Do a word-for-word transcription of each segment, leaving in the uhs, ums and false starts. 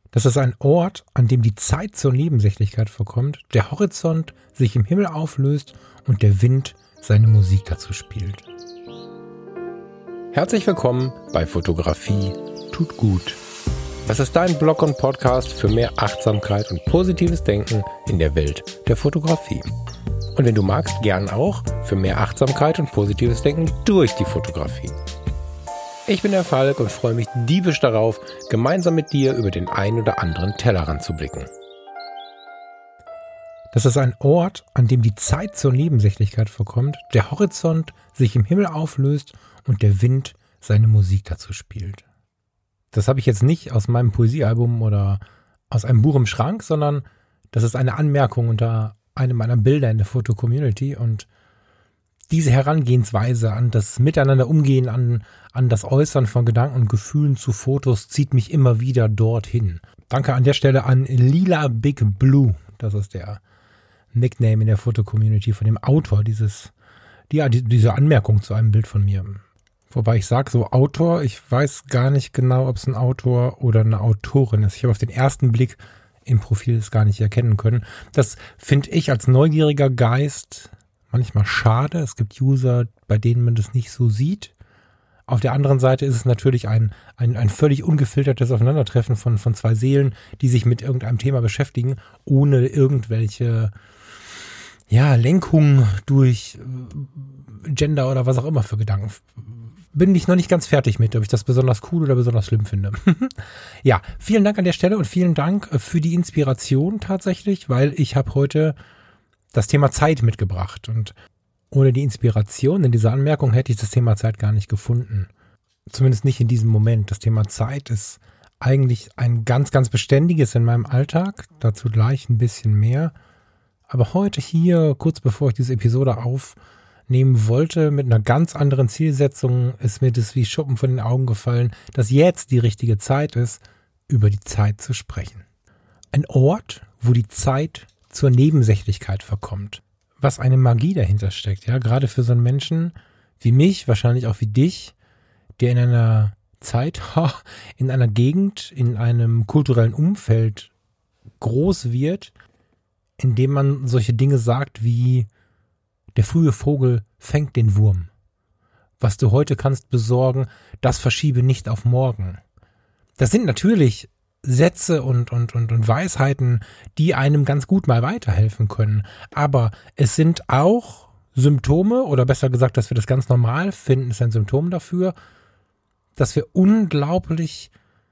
Das ist ein Ort, an dem die Zeit zur Nebensächlichkeit verkommt, der Horizont sich im Himmel auflöst und der Wind seine Musik dazu spielt. Herzlich willkommen bei Fotografie tut gut. Das ist dein Blog und Podcast für mehr Achtsamkeit und positives Denken in der Welt der Fotografie. Und wenn du magst, gern auch für mehr Achtsamkeit und positives Denken durch die Fotografie. Ich bin der Falk und freue mich diebisch darauf, gemeinsam mit dir über den ein oder anderen Tellerrand zu blicken. Das ist ein Ort, an dem die Zeit zur Nebensächlichkeit verkommt, der Horizont sich im Himmel auflöst und der Wind seine Musik dazu spielt. Das habe ich jetzt nicht aus meinem Poesiealbum oder aus einem Buch im Schrank, sondern das ist eine Anmerkung unter einem meiner Bilder in der Foto-Community, und diese Herangehensweise an das Miteinander umgehen, an, an das Äußern von Gedanken und Gefühlen zu Fotos zieht mich immer wieder dorthin. Danke an der Stelle an Lila Big Blue. Das ist der Nickname in der Foto-Community von dem Autor dieses, ja, die, diese Anmerkung zu einem Bild von mir. Wobei ich sage so Autor, ich weiß gar nicht genau, ob es ein Autor oder eine Autorin ist. Ich habe auf den ersten Blick im Profil es gar nicht erkennen können. Das finde ich als neugieriger Geist manchmal schade. Es gibt User, bei denen man das nicht so sieht. Auf der anderen Seite ist es natürlich ein, ein, ein völlig ungefiltertes Aufeinandertreffen von, von zwei Seelen, die sich mit irgendeinem Thema beschäftigen, ohne irgendwelche ja, Lenkung durch Gender oder was auch immer für Gedanken. Bin ich noch nicht ganz fertig mit, ob ich das besonders cool oder besonders schlimm finde. Ja, vielen Dank an der Stelle und vielen Dank für die Inspiration tatsächlich, weil ich habe heute das Thema Zeit mitgebracht, und ohne die Inspiration in dieser Anmerkung hätte ich das Thema Zeit gar nicht gefunden. Zumindest nicht in diesem Moment. Das Thema Zeit ist eigentlich ein ganz, ganz beständiges in meinem Alltag. Dazu gleich ein bisschen mehr. Aber heute hier, kurz bevor ich diese Episode aufnehmen wollte, mit einer ganz anderen Zielsetzung, ist mir das wie Schuppen von den Augen gefallen, dass jetzt die richtige Zeit ist, über die Zeit zu sprechen. Ein Ort, wo die Zeit zur Nebensächlichkeit verkommt. Was eine Magie dahinter steckt, ja, gerade für so einen Menschen wie mich, wahrscheinlich auch wie dich, der in einer Zeit, in einer Gegend, in einem kulturellen Umfeld groß wird, in dem man solche Dinge sagt wie: Der frühe Vogel fängt den Wurm. Was du heute kannst besorgen, das verschiebe nicht auf morgen. Das sind natürlich Sätze und, und, und, und Weisheiten, die einem ganz gut mal weiterhelfen können. Aber es sind auch Symptome, oder besser gesagt, dass wir das ganz normal finden, ist ein Symptom dafür, dass wir unglaublich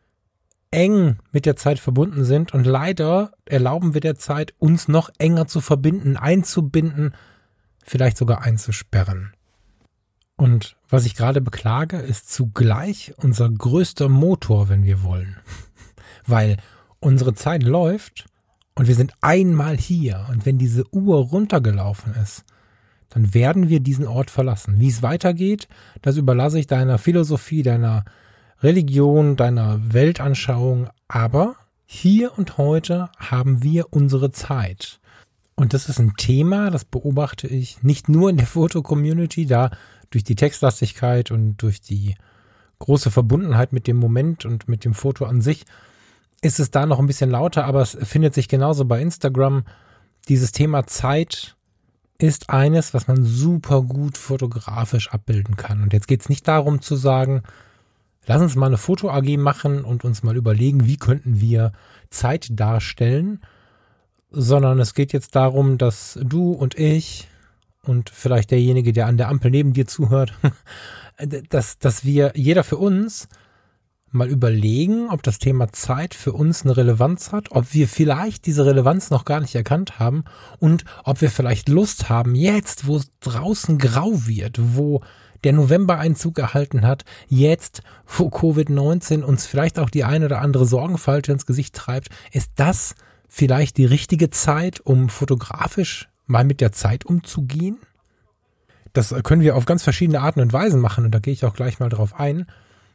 eng mit der Zeit verbunden sind, und leider erlauben wir der Zeit, uns noch enger zu verbinden, einzubinden, vielleicht sogar einzusperren. Und was ich gerade beklage, ist zugleich unser größter Motor, wenn wir wollen. Weil unsere Zeit läuft und wir sind einmal hier, und wenn diese Uhr runtergelaufen ist, dann werden wir diesen Ort verlassen. Wie es weitergeht, das überlasse ich deiner Philosophie, deiner Religion, deiner Weltanschauung, aber hier und heute haben wir unsere Zeit. Und das ist ein Thema, das beobachte ich nicht nur in der Foto-Community, da durch die Textlastigkeit und durch die große Verbundenheit mit dem Moment und mit dem Foto an sich ist es da noch ein bisschen lauter, aber es findet sich genauso bei Instagram. Dieses Thema Zeit ist eines, was man super gut fotografisch abbilden kann. Und jetzt geht es nicht darum zu sagen, lass uns mal eine Foto-A G machen und uns mal überlegen, wie könnten wir Zeit darstellen, sondern es geht jetzt darum, dass du und ich und vielleicht derjenige, der an der Ampel neben dir zuhört, dass, dass wir jeder für uns mal überlegen, ob das Thema Zeit für uns eine Relevanz hat, ob wir vielleicht diese Relevanz noch gar nicht erkannt haben und ob wir vielleicht Lust haben, jetzt, wo es draußen grau wird, wo der November Einzug gehalten hat, jetzt, wo Covid neunzehn uns vielleicht auch die eine oder andere Sorgenfalte ins Gesicht treibt, ist das vielleicht die richtige Zeit, um fotografisch mal mit der Zeit umzugehen? Das können wir auf ganz verschiedene Arten und Weisen machen, und da gehe ich auch gleich mal drauf ein.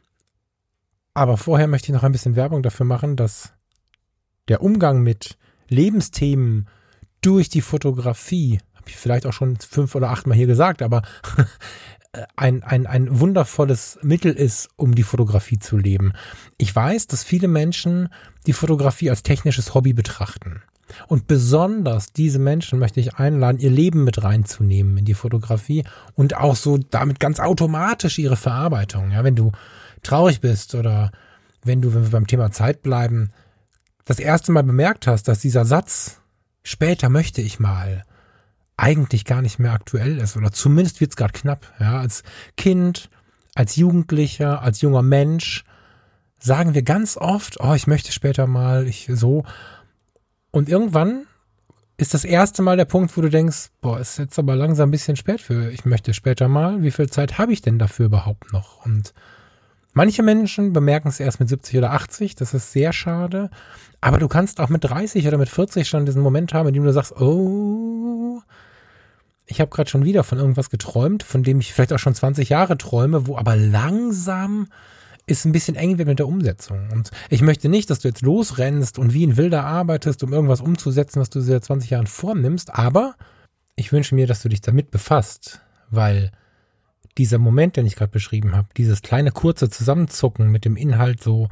Aber vorher möchte ich noch ein bisschen Werbung dafür machen, dass der Umgang mit Lebensthemen durch die Fotografie, habe ich vielleicht auch schon fünf oder acht Mal hier gesagt, aber ein, ein, ein wundervolles Mittel ist, um die Fotografie zu leben. Ich weiß, dass viele Menschen die Fotografie als technisches Hobby betrachten. Und besonders diese Menschen möchte ich einladen, ihr Leben mit reinzunehmen in die Fotografie und auch so damit ganz automatisch ihre Verarbeitung. Ja, wenn du traurig bist oder wenn du, wenn wir beim Thema Zeit bleiben, das erste Mal bemerkt hast, dass dieser Satz, später möchte ich mal, eigentlich gar nicht mehr aktuell ist oder zumindest wird es gerade knapp. Ja, als Kind, als Jugendlicher, als junger Mensch sagen wir ganz oft, oh, ich möchte später mal, ich so. Und irgendwann ist das erste Mal der Punkt, wo du denkst, boah, ist jetzt aber langsam ein bisschen spät für, ich möchte später mal, wie viel Zeit habe ich denn dafür überhaupt noch? Und manche Menschen bemerken es erst mit siebzig oder achtzig, das ist sehr schade, aber du kannst auch mit dreißig oder mit vierzig schon diesen Moment haben, in dem du sagst, oh, ich habe gerade schon wieder von irgendwas geträumt, von dem ich vielleicht auch schon zwanzig Jahre träume, wo aber langsam ist ein bisschen eng wird mit der Umsetzung. Und ich möchte nicht, dass du jetzt losrennst und wie ein Wilder arbeitest, um irgendwas umzusetzen, was du seit zwanzig Jahren vornimmst, aber ich wünsche mir, dass du dich damit befasst, weil dieser Moment, den ich gerade beschrieben habe, dieses kleine kurze Zusammenzucken mit dem Inhalt so,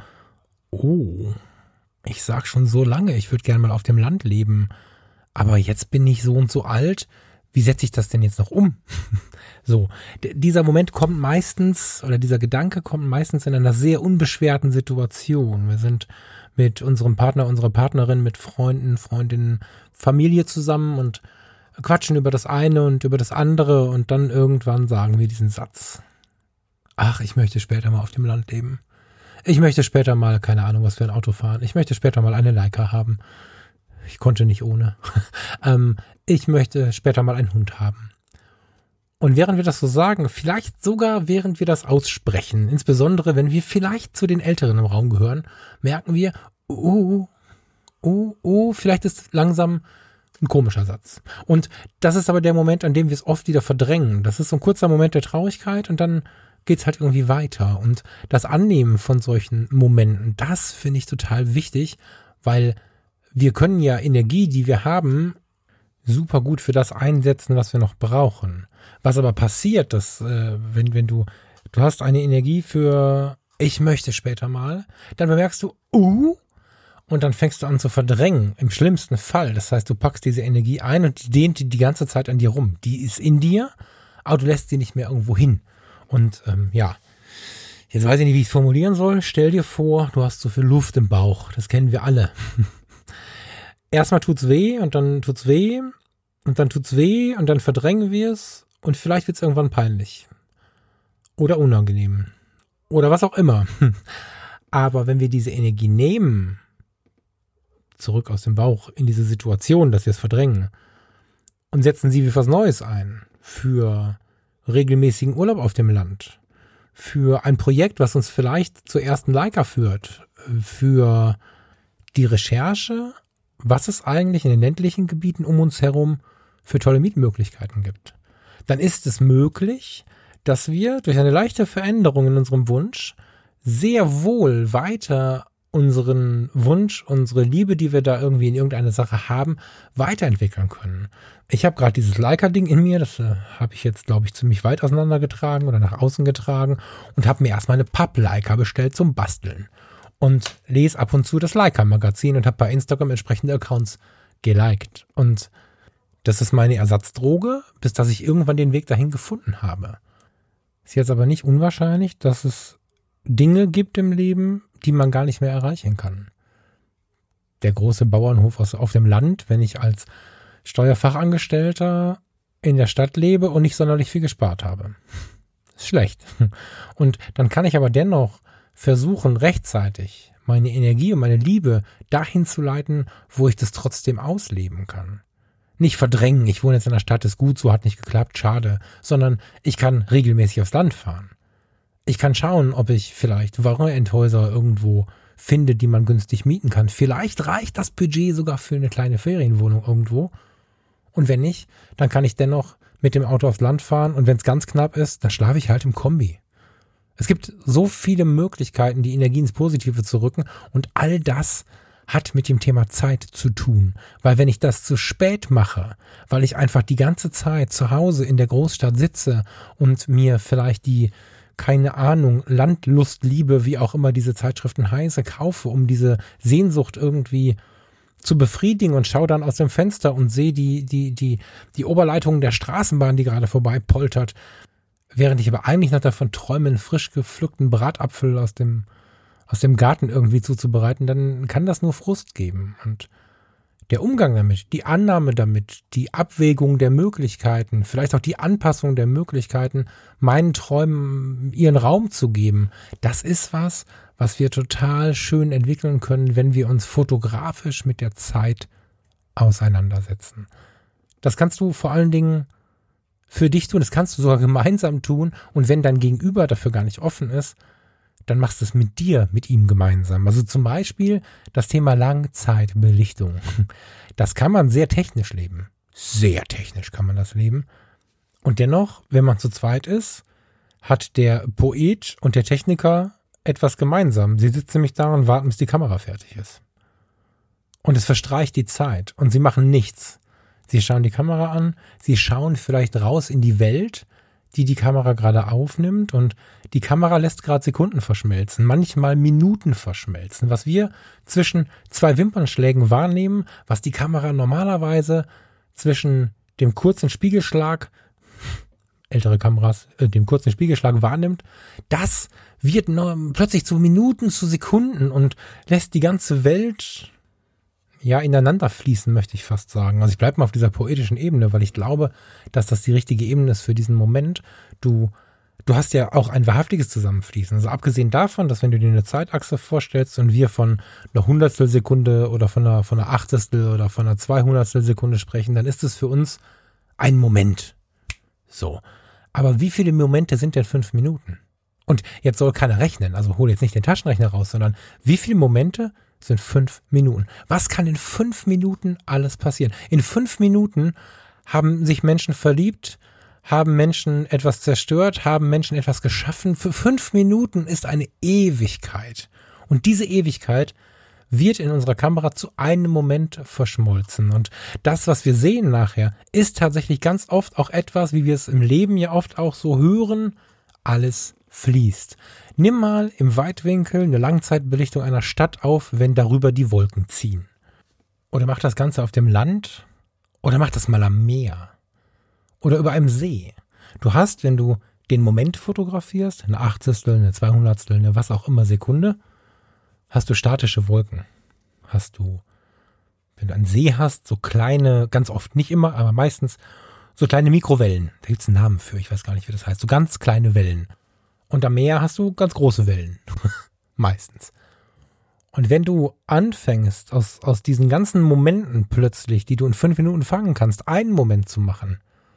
oh, ich sag schon so lange, ich würde gerne mal auf dem Land leben, aber jetzt bin ich so und so alt, wie setze ich das denn jetzt noch um? So, d- dieser Moment kommt meistens, oder dieser Gedanke kommt meistens in einer sehr unbeschwerten Situation. Wir sind mit unserem Partner, unserer Partnerin, mit Freunden, Freundinnen, Familie zusammen und quatschen über das eine und über das andere und dann irgendwann sagen wir diesen Satz. Ach, ich möchte später mal auf dem Land leben. Ich möchte später mal, keine Ahnung, was für ein Auto fahren. Ich möchte später mal eine Leica haben. Ich konnte nicht ohne. ähm, ich möchte später mal einen Hund haben. Und während wir das so sagen, vielleicht sogar während wir das aussprechen, insbesondere wenn wir vielleicht zu den Älteren im Raum gehören, merken wir, oh, oh, oh, vielleicht ist langsam ein komischer Satz. Und das ist aber der Moment, an dem wir es oft wieder verdrängen. Das ist so ein kurzer Moment der Traurigkeit und dann geht's halt irgendwie weiter. Und das Annehmen von solchen Momenten, das finde ich total wichtig, weil wir können ja Energie, die wir haben, super gut für das einsetzen, was wir noch brauchen. Was aber passiert, dass äh, wenn, wenn du, du hast eine Energie für ich möchte später mal, dann bemerkst du, uh, und dann fängst du an zu verdrängen, im schlimmsten Fall. Das heißt, du packst diese Energie ein und die dehnt die, die ganze Zeit an dir rum. Die ist in dir, aber du lässt sie nicht mehr irgendwo hin. Und ähm, ja, jetzt weiß ich nicht, wie ich es formulieren soll. Stell dir vor, du hast so viel Luft im Bauch. Das kennen wir alle. Erstmal tut's weh und dann tut's weh und dann tut's weh und dann verdrängen wir es und vielleicht wird's irgendwann peinlich. Oder unangenehm. Oder was auch immer. Aber wenn wir diese Energie nehmen, zurück aus dem Bauch in diese Situation, dass wir es verdrängen und setzen sie wie was Neues ein für regelmäßigen Urlaub auf dem Land, für ein Projekt, was uns vielleicht zur ersten Leica führt, für die Recherche, was es eigentlich in den ländlichen Gebieten um uns herum für tolle Mietmöglichkeiten gibt. Dann ist es möglich, dass wir durch eine leichte Veränderung in unserem Wunsch sehr wohl weiter unseren Wunsch, unsere Liebe, die wir da irgendwie in irgendeiner Sache haben, weiterentwickeln können. Ich habe gerade dieses Leica-Ding in mir, das äh, habe ich jetzt, glaube ich, ziemlich weit auseinandergetragen oder nach außen getragen und habe mir erstmal eine Papp-Leica bestellt zum Basteln. Und lese ab und zu das Leica-Magazin und habe bei Instagram entsprechende Accounts geliked. Und das ist meine Ersatzdroge, bis dass ich irgendwann den Weg dahin gefunden habe. Ist jetzt aber nicht unwahrscheinlich, dass es Dinge gibt im Leben, die man gar nicht mehr erreichen kann. Der große Bauernhof aus, auf dem Land, wenn ich als Steuerfachangestellter in der Stadt lebe und nicht sonderlich viel gespart habe. Ist schlecht. Und dann kann ich aber dennoch versuchen, rechtzeitig meine Energie und meine Liebe dahin zu leiten, wo ich das trotzdem ausleben kann. Nicht verdrängen, ich wohne jetzt in der Stadt, ist gut, so hat nicht geklappt, schade, sondern ich kann regelmäßig aufs Land fahren. Ich kann schauen, ob ich vielleicht Varianthäuser irgendwo finde, die man günstig mieten kann. Vielleicht reicht das Budget sogar für eine kleine Ferienwohnung irgendwo. Und wenn nicht, dann kann ich dennoch mit dem Auto aufs Land fahren und wenn es ganz knapp ist, dann schlafe ich halt im Kombi. Es gibt so viele Möglichkeiten, die Energie ins Positive zu rücken und all das hat mit dem Thema Zeit zu tun. Weil wenn ich das zu spät mache, weil ich einfach die ganze Zeit zu Hause in der Großstadt sitze und mir vielleicht die, keine Ahnung, Landlust, Liebe, wie auch immer diese Zeitschriften heiße, kaufe, um diese Sehnsucht irgendwie zu befriedigen und schaue dann aus dem Fenster und sehe die, die, die, die Oberleitung der Straßenbahn, die gerade vorbei poltert, während ich aber eigentlich noch davon träume, einen frisch gepflückten Bratapfel aus dem, aus dem Garten irgendwie zuzubereiten, dann kann das nur Frust geben. Und der Umgang damit, die Annahme damit, die Abwägung der Möglichkeiten, vielleicht auch die Anpassung der Möglichkeiten, meinen Träumen ihren Raum zu geben, das ist was, was wir total schön entwickeln können, wenn wir uns fotografisch mit der Zeit auseinandersetzen. Das kannst du vor allen Dingen für dich tun, das kannst du sogar gemeinsam tun, und wenn dein Gegenüber dafür gar nicht offen ist, dann machst du es mit dir, mit ihm gemeinsam. Also zum Beispiel das Thema Langzeitbelichtung. Das kann man sehr technisch leben. Sehr technisch kann man das leben. Und dennoch, wenn man zu zweit ist, hat der Poet und der Techniker etwas gemeinsam. Sie sitzen nämlich da und warten, bis die Kamera fertig ist. Und es verstreicht die Zeit und sie machen nichts. Sie schauen die Kamera an, sie schauen vielleicht raus in die Welt, die die Kamera gerade aufnimmt, und die Kamera lässt gerade Sekunden verschmelzen, manchmal Minuten verschmelzen. Was wir zwischen zwei Wimpernschlägen wahrnehmen, was die Kamera normalerweise zwischen dem kurzen Spiegelschlag, ältere Kameras, äh, dem kurzen Spiegelschlag wahrnimmt, das wird nur plötzlich zu Minuten, zu Sekunden und lässt die ganze Welt ja ineinander fließen, möchte ich fast sagen. Also ich bleibe mal auf dieser poetischen Ebene, weil ich glaube, dass das die richtige Ebene ist für diesen Moment. Du, du hast ja auch ein wahrhaftiges Zusammenfließen. Also abgesehen davon, dass wenn du dir eine Zeitachse vorstellst und wir von einer Hundertstel Sekunde oder von einer, von einer Achtel oder von einer Zweihundertstel Sekunde sprechen, dann ist es für uns ein Moment. So. Aber wie viele Momente sind denn fünf Minuten? Und jetzt soll keiner rechnen, also hol jetzt nicht den Taschenrechner raus, sondern wie viele Momente sind fünf Minuten? Was kann in fünf Minuten alles passieren? In fünf Minuten haben sich Menschen verliebt, haben Menschen etwas zerstört, haben Menschen etwas geschaffen. Für fünf Minuten ist eine Ewigkeit. Und diese Ewigkeit wird in unserer Kamera zu einem Moment verschmolzen. Und das, was wir sehen nachher, ist tatsächlich ganz oft auch etwas, wie wir es im Leben ja oft auch so hören, alles fließt. Nimm mal im Weitwinkel eine Langzeitbelichtung einer Stadt auf, wenn darüber die Wolken ziehen. Oder mach das Ganze auf dem Land, oder mach das mal am Meer. Oder über einem See. Du hast, wenn du den Moment fotografierst, eine Achtzigstel, eine Zweihundertstel, eine was auch immer Sekunde, hast du statische Wolken. Hast du, wenn du einen See hast, so kleine, ganz oft nicht immer, aber meistens so kleine Mikrowellen. Da gibt es einen Namen für, ich weiß gar nicht, wie das heißt. So ganz kleine Wellen. Und am Meer hast du ganz große Wellen. Meistens. Und wenn du anfängst, aus, aus diesen ganzen Momenten plötzlich, die du in fünf Minuten fangen kannst, einen Moment zu machen,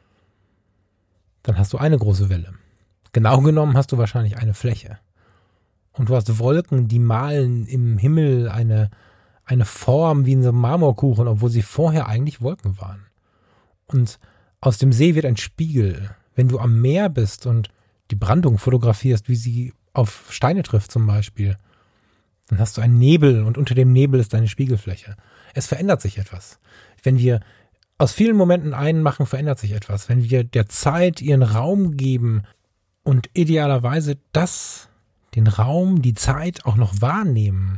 dann hast du eine große Welle. Genau genommen hast du wahrscheinlich eine Fläche. Und du hast Wolken, die malen im Himmel eine, eine Form wie in so einem Marmorkuchen, obwohl sie vorher eigentlich Wolken waren. Und aus dem See wird ein Spiegel. Wenn du am Meer bist und die Brandung fotografierst, wie sie auf Steine trifft zum Beispiel, dann hast du einen Nebel und unter dem Nebel ist deine Spiegelfläche. Es verändert sich etwas. Wenn wir aus vielen Momenten einen machen, verändert sich etwas. Wenn wir der Zeit ihren Raum geben und idealerweise das, den Raum, die Zeit auch noch wahrnehmen,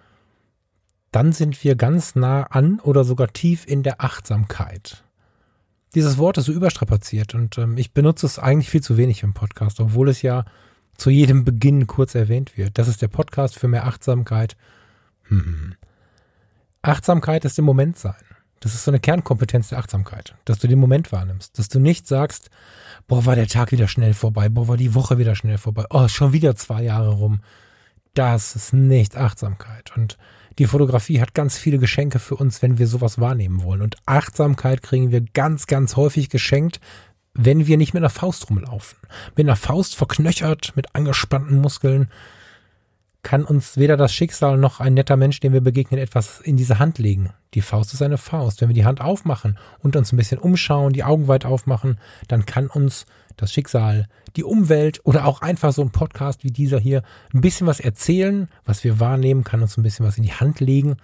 dann sind wir ganz nah an oder sogar tief in der Achtsamkeit. Dieses Wort ist so überstrapaziert und ähm, ich benutze es eigentlich viel zu wenig im Podcast, obwohl es ja zu jedem Beginn kurz erwähnt wird. Das ist der Podcast für mehr Achtsamkeit. Hm. Achtsamkeit ist im Moment sein. Das ist so eine Kernkompetenz der Achtsamkeit, dass du den Moment wahrnimmst, dass du nicht sagst, boah, war der Tag wieder schnell vorbei, boah, war die Woche wieder schnell vorbei, oh, schon wieder zwei Jahre rum. Das ist nicht Achtsamkeit. Und die Fotografie hat ganz viele Geschenke für uns, wenn wir sowas wahrnehmen wollen. Und Achtsamkeit kriegen wir ganz, ganz häufig geschenkt, wenn wir nicht mit einer Faust rumlaufen. Mit einer Faust verknöchert, mit angespannten Muskeln, kann uns weder das Schicksal noch ein netter Mensch, dem wir begegnen, etwas in diese Hand legen. Die Faust ist eine Faust. Wenn wir die Hand aufmachen und uns ein bisschen umschauen, die Augen weit aufmachen, dann kann uns das Schicksal, die Umwelt oder auch einfach so ein Podcast wie dieser hier ein bisschen was erzählen, was wir wahrnehmen, kann uns ein bisschen was in die Hand legen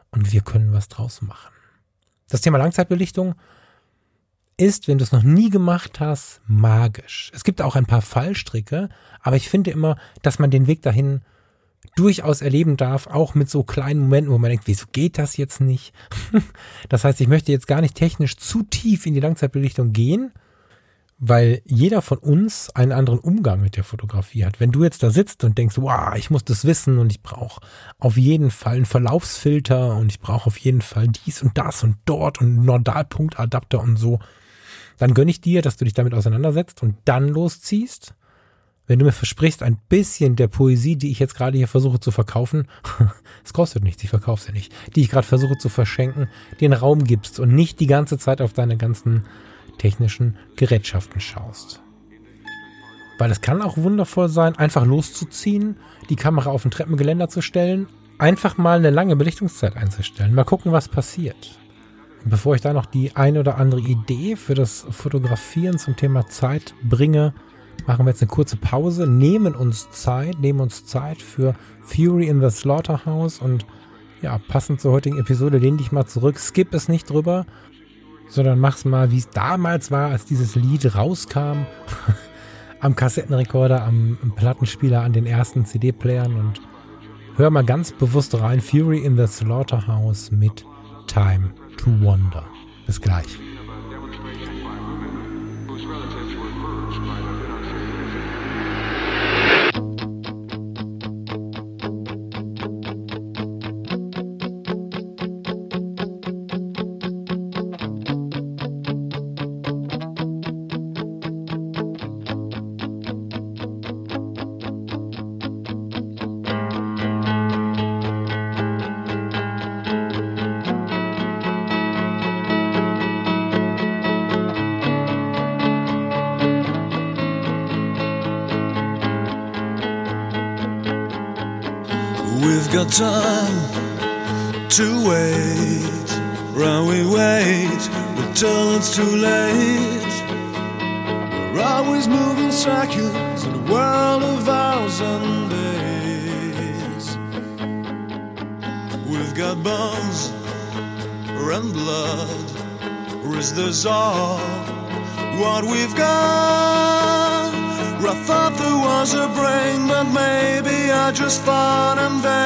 und wir können was draus machen. Das Thema Langzeitbelichtung ist, wenn du es noch nie gemacht hast, magisch. Es gibt auch ein paar Fallstricke, aber ich finde immer, dass man den Weg dahin durchaus erleben darf, auch mit so kleinen Momenten, wo man denkt, wieso geht das jetzt nicht? Das heißt, ich möchte jetzt gar nicht technisch zu tief in die Langzeitbelichtung gehen, weil jeder von uns einen anderen Umgang mit der Fotografie hat. Wenn du jetzt da sitzt und denkst, wow, ich muss das wissen und ich brauche auf jeden Fall einen Verlaufsfilter und ich brauche auf jeden Fall dies und das und dort und einen Nodalpunktadapter und so, dann gönne ich dir, dass du dich damit auseinandersetzt und dann losziehst. Wenn du mir versprichst, ein bisschen der Poesie, die ich jetzt gerade hier versuche zu verkaufen, es kostet nichts, ich verkaufe sie nicht, die ich gerade versuche zu verschenken, den Raum gibst und nicht die ganze Zeit auf deine ganzen technischen Gerätschaften schaust. Weil es kann auch wundervoll sein, einfach loszuziehen, die Kamera auf ein Treppengeländer zu stellen, einfach mal eine lange Belichtungszeit einzustellen, mal gucken, was passiert. Und bevor ich da noch die eine oder andere Idee für das Fotografieren zum Thema Zeit bringe, machen wir jetzt eine kurze Pause, nehmen uns Zeit, nehmen uns Zeit für Fury in the Slaughterhouse und ja, passend zur heutigen Episode, lehn dich mal zurück, skip es nicht drüber, sondern mach's mal, wie es damals war, als dieses Lied rauskam, am Kassettenrekorder, am, am Plattenspieler, an den ersten C D-Playern und hör mal ganz bewusst rein, Fury in the Slaughterhouse mit Time to Wonder. Bis gleich. We've got time to wait, while we wait until it's too late. We're always moving circuits in a world of hours and days. We've got bones and blood, or is this all what we've got? I thought there was a brain, but maybe I just fought in vain.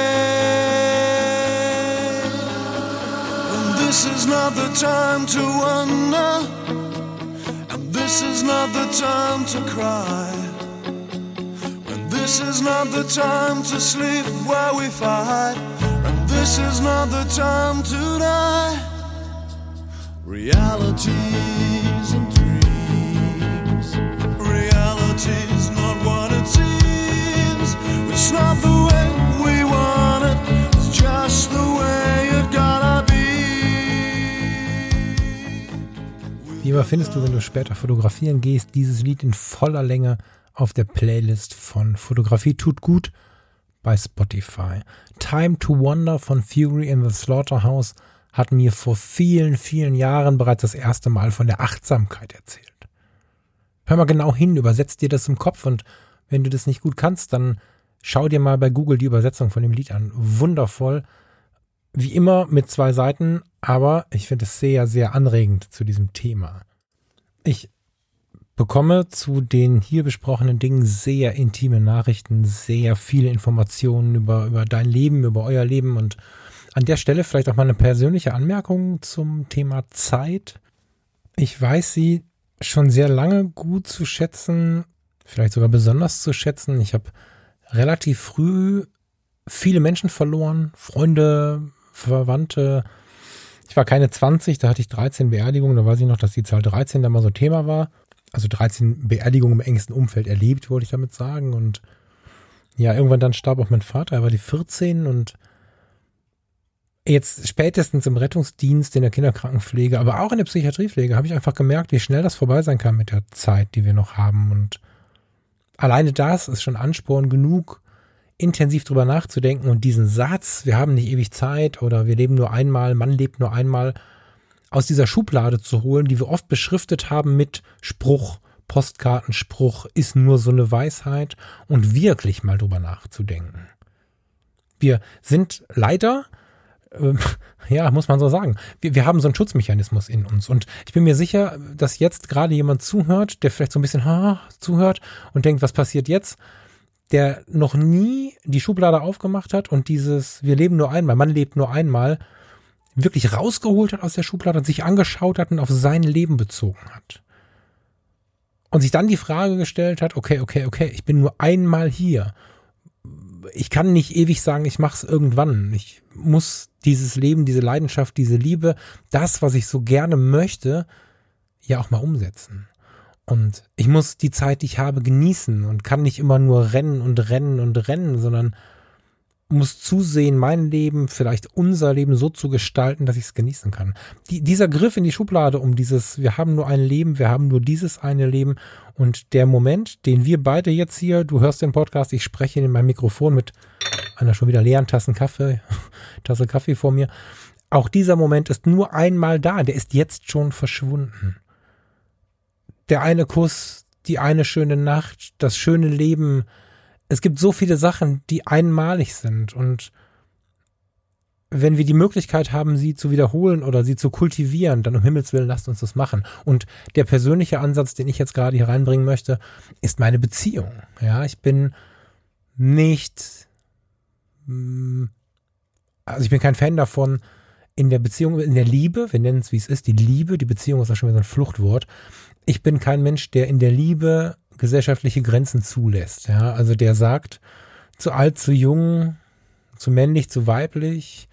And this is not the time to wonder, and this is not the time to cry, and this is not the time to sleep while we fight, and this is not the time to die. Realities and dreams, reality's not what it seems. It's not the way we want it, it's just the way it gotta be. Wie immer findest du, wenn du später fotografieren gehst, dieses Lied in voller Länge auf der Playlist von Fotografie tut gut bei Spotify. Time to Wonder von Fury in the Slaughterhouse hat mir vor vielen, vielen Jahren bereits das erste Mal von der Achtsamkeit erzählt. Hör mal genau hin, übersetz dir das im Kopf und wenn du das nicht gut kannst, dann schau dir mal bei Google die Übersetzung von dem Lied an. Wundervoll. Wie immer mit zwei Seiten, aber ich finde es sehr, sehr anregend zu diesem Thema. Ich bekomme zu den hier besprochenen Dingen sehr intime Nachrichten, sehr viele Informationen über, über dein Leben, über euer Leben und an der Stelle vielleicht auch mal eine persönliche Anmerkung zum Thema Zeit. Ich weiß sie schon sehr lange gut zu schätzen, vielleicht sogar besonders zu schätzen. Ich habe relativ früh viele Menschen verloren, Freunde, Verwandte. Ich war keine zwanzig, da hatte ich dreizehn Beerdigungen, da weiß ich noch, dass die Zahl dreizehn da mal so Thema war. Also dreizehn Beerdigungen im engsten Umfeld erlebt, wollte ich damit sagen. Und ja, irgendwann dann starb auch mein Vater, er war die vierzehn und jetzt spätestens im Rettungsdienst, in der Kinderkrankenpflege, aber auch in der Psychiatriepflege habe ich einfach gemerkt, wie schnell das vorbei sein kann mit der Zeit, die wir noch haben. Und alleine das ist schon Ansporn genug, intensiv drüber nachzudenken und diesen Satz, wir haben nicht ewig Zeit oder wir leben nur einmal, man lebt nur einmal, aus dieser Schublade zu holen, die wir oft beschriftet haben mit Spruch, Postkartenspruch, ist nur so eine Weisheit und wirklich mal drüber nachzudenken. Wir sind leider äh, ja, muss man so sagen. Wir, wir haben so einen Schutzmechanismus in uns. Und ich bin mir sicher, dass jetzt gerade jemand zuhört, der vielleicht so ein bisschen ha, zuhört und denkt, was passiert jetzt? Der noch nie die Schublade aufgemacht hat und dieses, wir leben nur einmal, man lebt nur einmal, wirklich rausgeholt hat aus der Schublade und sich angeschaut hat und auf sein Leben bezogen hat. Und sich dann die Frage gestellt hat, okay, okay, okay, ich bin nur einmal hier. Ich kann nicht ewig sagen, ich mache es irgendwann. Ich muss dieses Leben, diese Leidenschaft, diese Liebe, das, was ich so gerne möchte, ja auch mal umsetzen. Und ich muss die Zeit, die ich habe, genießen und kann nicht immer nur rennen und rennen und rennen, sondern muss zusehen, mein Leben, vielleicht unser Leben so zu gestalten, dass ich es genießen kann. Die, dieser Griff in die Schublade um dieses, wir haben nur ein Leben, wir haben nur dieses eine Leben und der Moment, den wir beide jetzt hier, du hörst den Podcast, ich spreche in mein Mikrofon mit einer schon wieder leeren Tassen Kaffee, Tasse Kaffee vor mir. Auch dieser Moment ist nur einmal da, der ist jetzt schon verschwunden. Der eine Kuss, die eine schöne Nacht, das schöne Leben. Es gibt so viele Sachen, die einmalig sind und wenn wir die Möglichkeit haben, sie zu wiederholen oder sie zu kultivieren, dann um Himmels Willen lasst uns das machen. Und der persönliche Ansatz, den ich jetzt gerade hier reinbringen möchte, ist meine Beziehung. Ja, ich bin nicht, also ich bin kein Fan davon, in der Beziehung, in der Liebe, wir nennen es wie es ist, die Liebe, die Beziehung ist ja schon wieder so ein Fluchtwort. Ich bin kein Mensch, der in der Liebe gesellschaftliche Grenzen zulässt. Ja, also der sagt, zu alt, zu jung, zu männlich, zu weiblich,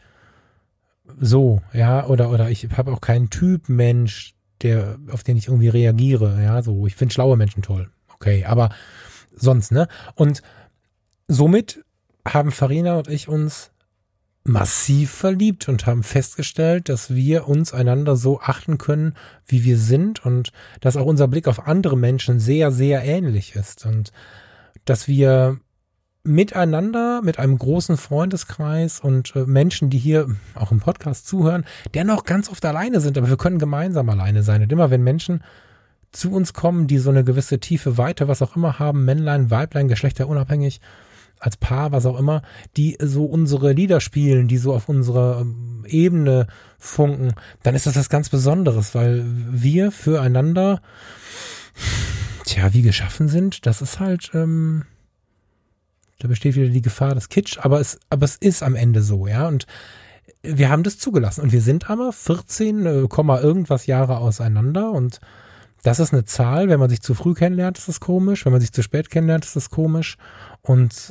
so, ja, oder oder ich habe auch keinen Typ Mensch, der auf den ich irgendwie reagiere, ja, so, ich finde schlaue Menschen toll, okay, aber sonst, ne? Und somit haben Farina und ich uns massiv verliebt und haben festgestellt, dass wir uns einander so achten können, wie wir sind und dass auch unser Blick auf andere Menschen sehr, sehr ähnlich ist und dass wir miteinander, mit einem großen Freundeskreis und äh, Menschen, die hier auch im Podcast zuhören, dennoch ganz oft alleine sind, aber wir können gemeinsam alleine sein. Und immer wenn Menschen zu uns kommen, die so eine gewisse tiefe Weite, was auch immer haben, Männlein, Weiblein, geschlechterunabhängig, als Paar, was auch immer, die so unsere Lieder spielen, die so auf unserer ähm, Ebene funken, dann ist das was ganz Besonderes, weil wir füreinander, tja, wie geschaffen sind, das ist halt, ähm, da besteht wieder die Gefahr des Kitsch, aber es, aber es ist am Ende so, ja, und wir haben das zugelassen und wir sind aber vierzehn, irgendwas Jahre auseinander und das ist eine Zahl, wenn man sich zu früh kennenlernt, ist das komisch, wenn man sich zu spät kennenlernt, ist das komisch und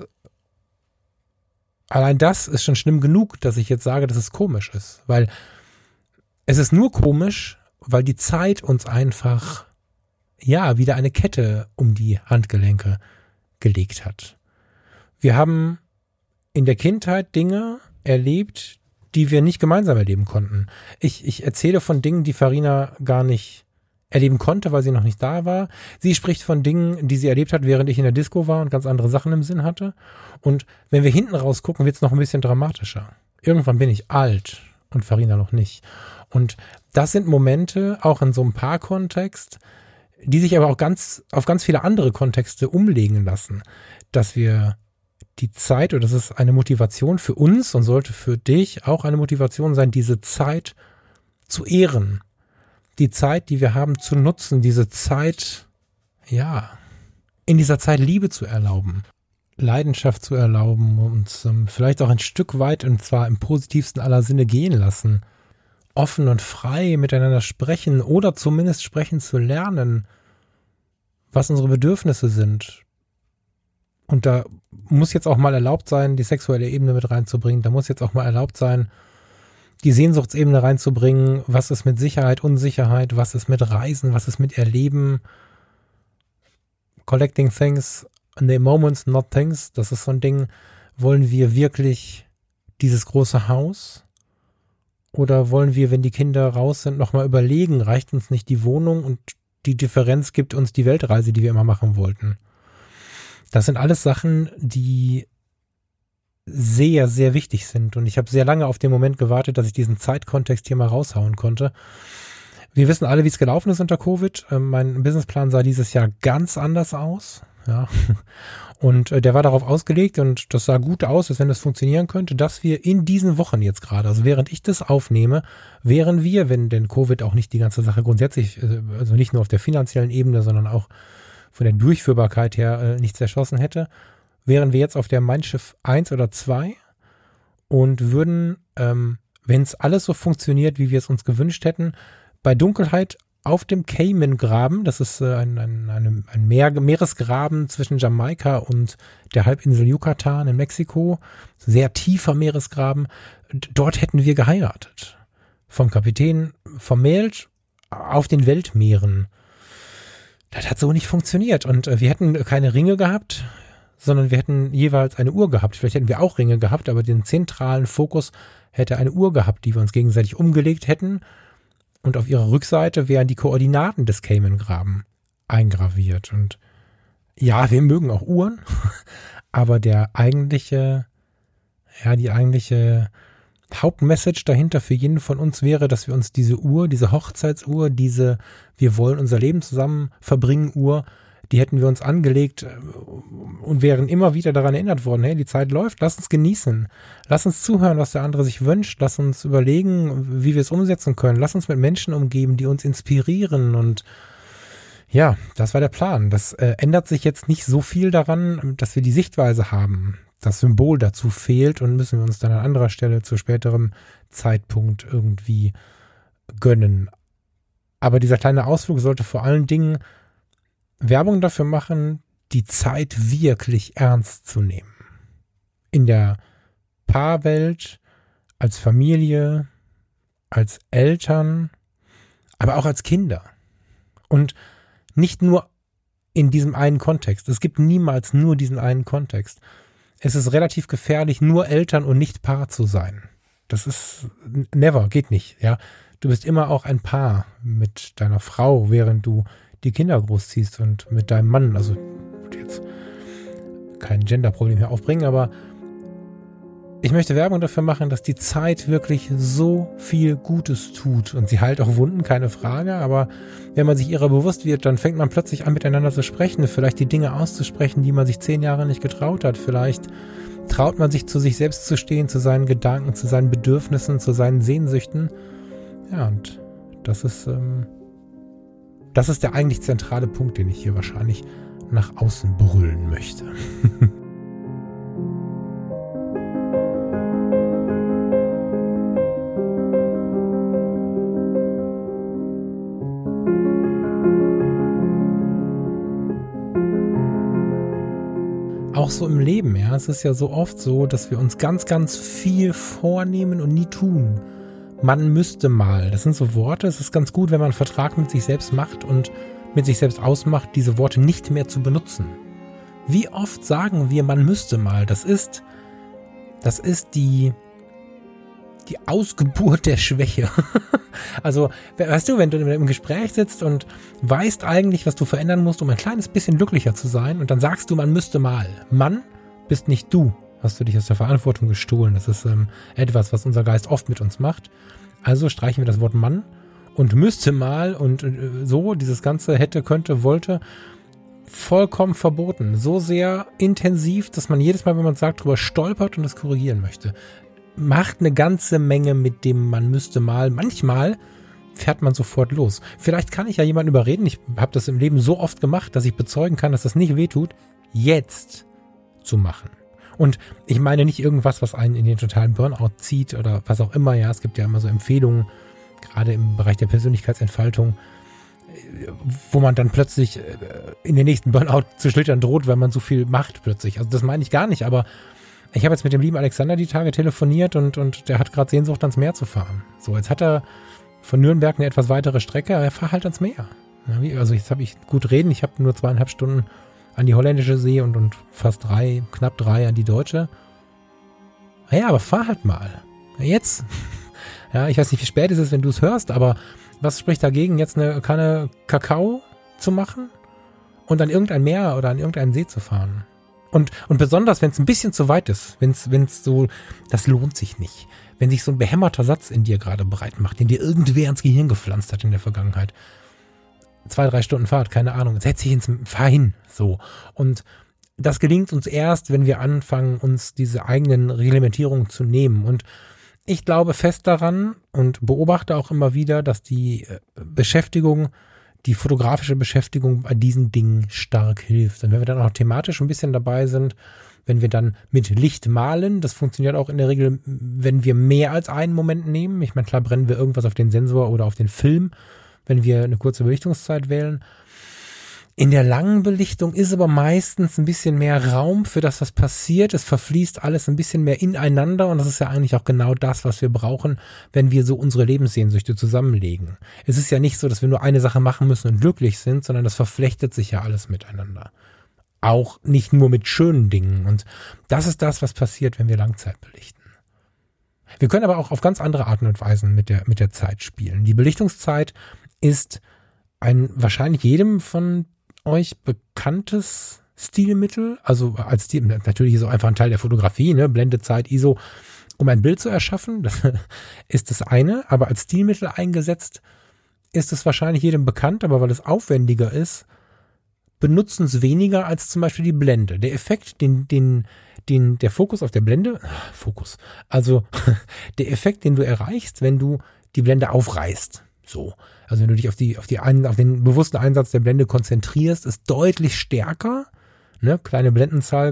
allein das ist schon schlimm genug, dass ich jetzt sage, dass es komisch ist, weil es ist nur komisch, weil die Zeit uns einfach, ja, wieder eine Kette um die Handgelenke gelegt hat. Wir haben in der Kindheit Dinge erlebt, die wir nicht gemeinsam erleben konnten. Ich, ich erzähle von Dingen, die Farina gar nicht erleben konnte, weil sie noch nicht da war. Sie spricht von Dingen, die sie erlebt hat, während ich in der Disco war und ganz andere Sachen im Sinn hatte. Und wenn wir hinten raus gucken, wird es noch ein bisschen dramatischer. Irgendwann bin ich alt und Farina noch nicht. Und das sind Momente, auch in so einem Paarkontext, die sich aber auch ganz auf ganz viele andere Kontexte umlegen lassen, dass wir die Zeit, oder das ist eine Motivation für uns und sollte für dich auch eine Motivation sein, diese Zeit zu ehren. Die Zeit, die wir haben, zu nutzen, diese Zeit, ja, in dieser Zeit Liebe zu erlauben, Leidenschaft zu erlauben und ähm, vielleicht auch ein Stück weit, und zwar im positivsten aller Sinne, gehen lassen. Offen und frei miteinander sprechen oder zumindest sprechen zu lernen, was unsere Bedürfnisse sind. Und da muss jetzt auch mal erlaubt sein, die sexuelle Ebene mit reinzubringen. Da muss jetzt auch mal erlaubt sein, die Sehnsuchtsebene reinzubringen. Was ist mit Sicherheit, Unsicherheit? Was ist mit Reisen? Was ist mit Erleben? Collecting things in the moments, not things. Das ist so ein Ding. Wollen wir wirklich dieses große Haus? Oder wollen wir, wenn die Kinder raus sind, nochmal überlegen, reicht uns nicht die Wohnung und die Differenz gibt uns die Weltreise, die wir immer machen wollten? Das sind alles Sachen, die sehr, sehr wichtig sind. Und ich habe sehr lange auf den Moment gewartet, dass ich diesen Zeitkontext hier mal raushauen konnte. Wir wissen alle, wie es gelaufen ist unter Covid. Mein Businessplan sah dieses Jahr ganz anders aus. ja. Und äh, der war darauf ausgelegt und das sah gut aus, als wenn das funktionieren könnte, dass wir in diesen Wochen jetzt gerade, also während ich das aufnehme, wären wir, wenn denn Covid auch nicht die ganze Sache grundsätzlich, also nicht nur auf der finanziellen Ebene, sondern auch von der Durchführbarkeit her äh, nichts erschossen hätte, wären wir jetzt auf der Mein Schiff eins oder zwei und würden, ähm, wenn es alles so funktioniert, wie wir es uns gewünscht hätten, bei Dunkelheit auf dem Cayman-Graben, das ist äh, ein, ein, eine, ein Meer, Meeresgraben zwischen Jamaika und der Halbinsel Yucatan in Mexiko, sehr tiefer Meeresgraben, dort hätten wir geheiratet. Vom Kapitän vermählt auf den Weltmeeren. Das hat so nicht funktioniert und äh, wir hätten keine Ringe gehabt, sondern wir hätten jeweils eine Uhr gehabt. Vielleicht hätten wir auch Ringe gehabt, aber den zentralen Fokus hätte eine Uhr gehabt, die wir uns gegenseitig umgelegt hätten. Und auf ihrer Rückseite wären die Koordinaten des Cayman-Graben eingraviert. Und ja, wir mögen auch Uhren, aber der eigentliche, ja, die eigentliche Hauptmessage dahinter für jeden von uns wäre, dass wir uns diese Uhr, diese Hochzeitsuhr, diese wir wollen unser Leben zusammen verbringen Uhr, die hätten wir uns angelegt und wären immer wieder daran erinnert worden, hey, die Zeit läuft, lass uns genießen. Lass uns zuhören, was der andere sich wünscht. Lass uns überlegen, wie wir es umsetzen können. Lass uns mit Menschen umgeben, die uns inspirieren. Und ja, das war der Plan. Das äh, ändert sich jetzt nicht so viel daran, dass wir die Sichtweise haben. Das Symbol dazu fehlt und müssen wir uns dann an anderer Stelle zu späterem Zeitpunkt irgendwie gönnen. Aber dieser kleine Ausflug sollte vor allen Dingen Werbung dafür machen, die Zeit wirklich ernst zu nehmen. In der Paarwelt, als Familie, als Eltern, aber auch als Kinder. Und nicht nur in diesem einen Kontext. Es gibt niemals nur diesen einen Kontext. Es ist relativ gefährlich, nur Eltern und nicht Paar zu sein. Das ist never, geht nicht. Ja, du bist immer auch ein Paar mit deiner Frau, während du die Kinder großziehst und mit deinem Mann, also jetzt kein Genderproblem hier aufbringen, aber ich möchte Werbung dafür machen, dass die Zeit wirklich so viel Gutes tut und sie heilt auch Wunden, keine Frage, aber wenn man sich ihrer bewusst wird, dann fängt man plötzlich an, miteinander zu sprechen, vielleicht die Dinge auszusprechen, die man sich zehn Jahre nicht getraut hat, vielleicht traut man sich zu sich selbst zu stehen, zu seinen Gedanken, zu seinen Bedürfnissen, zu seinen Sehnsüchten, ja, und das ist ähm, Das ist der eigentlich zentrale Punkt, den ich hier wahrscheinlich nach außen brüllen möchte. Auch so im Leben, ja. Es ist ja so oft so, dass wir uns ganz, ganz viel vornehmen und nie tun. Man müsste mal. Das sind so Worte. Es ist ganz gut, wenn man einen Vertrag mit sich selbst macht und mit sich selbst ausmacht, diese Worte nicht mehr zu benutzen. Wie oft sagen wir, man müsste mal? Das ist, das ist die, die Ausgeburt der Schwäche. Also, weißt du, wenn du im Gespräch sitzt und weißt eigentlich, was du verändern musst, um ein kleines bisschen glücklicher zu sein, und dann sagst du, man müsste mal. Mann bist nicht du. Hast du dich aus der Verantwortung gestohlen. Das ist ähm, etwas, was unser Geist oft mit uns macht. Also streichen wir das Wort Mann und müsste mal und äh, so, dieses ganze hätte, könnte, wollte, vollkommen verboten. So sehr intensiv, dass man jedes Mal, wenn man es sagt, drüber stolpert und es korrigieren möchte. Macht eine ganze Menge mit dem man müsste mal. Manchmal fährt man sofort los. Vielleicht kann ich ja jemanden überreden. Ich habe das im Leben so oft gemacht, dass ich bezeugen kann, dass das nicht wehtut, jetzt zu machen. Und ich meine nicht irgendwas, was einen in den totalen Burnout zieht oder was auch immer. Ja, es gibt ja immer so Empfehlungen, gerade im Bereich der Persönlichkeitsentfaltung, wo man dann plötzlich in den nächsten Burnout zu schlittern droht, weil man so viel macht plötzlich. Also das meine ich gar nicht, aber ich habe jetzt mit dem lieben Alexander die Tage telefoniert und, und der hat gerade Sehnsucht, ans Meer zu fahren. So, jetzt hat er von Nürnberg eine etwas weitere Strecke, aber er fährt halt ans Meer. Ja, wie, also jetzt habe ich gut reden, ich habe nur zweieinhalb Stunden an die holländische See und, und fast drei, knapp drei an die deutsche. Ja, aber fahr halt mal. Jetzt. Ja, ich weiß nicht, wie spät es ist, wenn du es hörst, aber was spricht dagegen, jetzt eine Kanne Kakao zu machen und an irgendein Meer oder an irgendeinen See zu fahren? Und, und besonders, wenn es ein bisschen zu weit ist, wenn es wenn es so, das lohnt sich nicht. Wenn sich so ein behämmerter Satz in dir gerade breit macht, den dir irgendwer ins Gehirn gepflanzt hat in der Vergangenheit, zwei, drei Stunden Fahrt, keine Ahnung, setz dich ins, fahr hin, so. Und das gelingt uns erst, wenn wir anfangen, uns diese eigenen Reglementierungen zu nehmen. Und ich glaube fest daran und beobachte auch immer wieder, dass die Beschäftigung, die fotografische Beschäftigung bei diesen Dingen stark hilft. Und wenn wir dann auch thematisch ein bisschen dabei sind, wenn wir dann mit Licht malen, das funktioniert auch in der Regel, wenn wir mehr als einen Moment nehmen. Ich meine, klar brennen wir irgendwas auf den Sensor oder auf den Film, wenn wir eine kurze Belichtungszeit wählen. In der langen Belichtung ist aber meistens ein bisschen mehr Raum für das, was passiert. Es verfließt alles ein bisschen mehr ineinander und das ist ja eigentlich auch genau das, was wir brauchen, wenn wir so unsere Lebenssehnsüchte zusammenlegen. Es ist ja nicht so, dass wir nur eine Sache machen müssen und glücklich sind, sondern das verflechtet sich ja alles miteinander. Auch nicht nur mit schönen Dingen. Und das ist das, was passiert, wenn wir Langzeit belichten. Wir können aber auch auf ganz andere Arten und Weisen mit der, mit der Zeit spielen. Die Belichtungszeit ist ein wahrscheinlich jedem von euch bekanntes Stilmittel, also als Stil, natürlich ist auch einfach ein Teil der Fotografie, ne, Blendezeit, I S O, um ein Bild zu erschaffen, das ist das eine, aber als Stilmittel eingesetzt ist es wahrscheinlich jedem bekannt, aber weil es aufwendiger ist, benutzen es weniger als zum Beispiel die Blende. Der Effekt, den, den, den, der Fokus auf der Blende, Fokus, also der Effekt, den du erreichst, wenn du die Blende aufreißt, so. Also wenn du dich auf die, auf die, auf den bewussten Einsatz der Blende konzentrierst, ist deutlich stärker, ne, kleine Blendenzahl,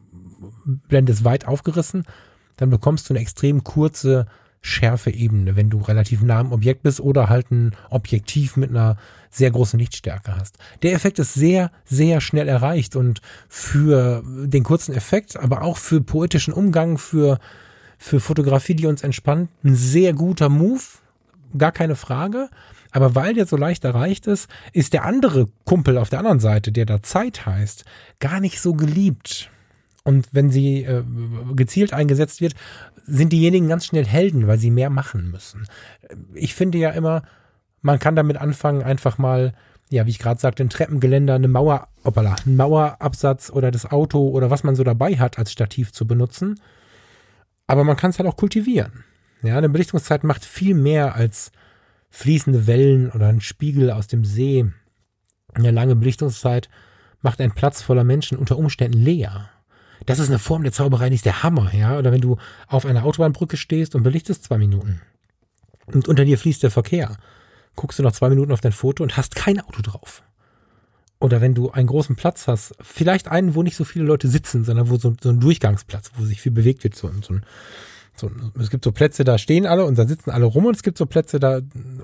Blende ist weit aufgerissen, dann bekommst du eine extrem kurze Schärfe-Ebene, wenn du relativ nah am Objekt bist oder halt ein Objektiv mit einer sehr großen Lichtstärke hast. Der Effekt ist sehr, sehr schnell erreicht und für den kurzen Effekt, aber auch für poetischen Umgang, für, für Fotografie, die uns entspannt, ein sehr guter Move, gar keine Frage. Aber weil der so leicht erreicht ist, ist der andere Kumpel auf der anderen Seite, der da Zeit heißt, gar nicht so geliebt. Und wenn sie äh, gezielt eingesetzt wird, sind diejenigen ganz schnell Helden, weil sie mehr machen müssen. Ich finde ja immer, man kann damit anfangen, einfach mal, ja, wie ich gerade sagte, ein Treppengeländer, eine Mauer, hoppala, einen Mauerabsatz oder das Auto oder was man so dabei hat, als Stativ zu benutzen. Aber man kann es halt auch kultivieren. Ja, eine Belichtungszeit macht viel mehr als fließende Wellen oder ein Spiegel aus dem See. Eine lange Belichtungszeit macht einen Platz voller Menschen unter Umständen leer. Das ist eine Form der Zauberei, nicht der Hammer, ja. Oder wenn du auf einer Autobahnbrücke stehst und belichtest zwei Minuten und unter dir fließt der Verkehr, guckst du noch zwei Minuten auf dein Foto und hast kein Auto drauf. Oder wenn du einen großen Platz hast, vielleicht einen, wo nicht so viele Leute sitzen, sondern wo so, so ein Durchgangsplatz, wo sich viel bewegt wird, so, so ein So, es gibt so Plätze, da stehen alle und da sitzen alle rum und es gibt so Plätze, da,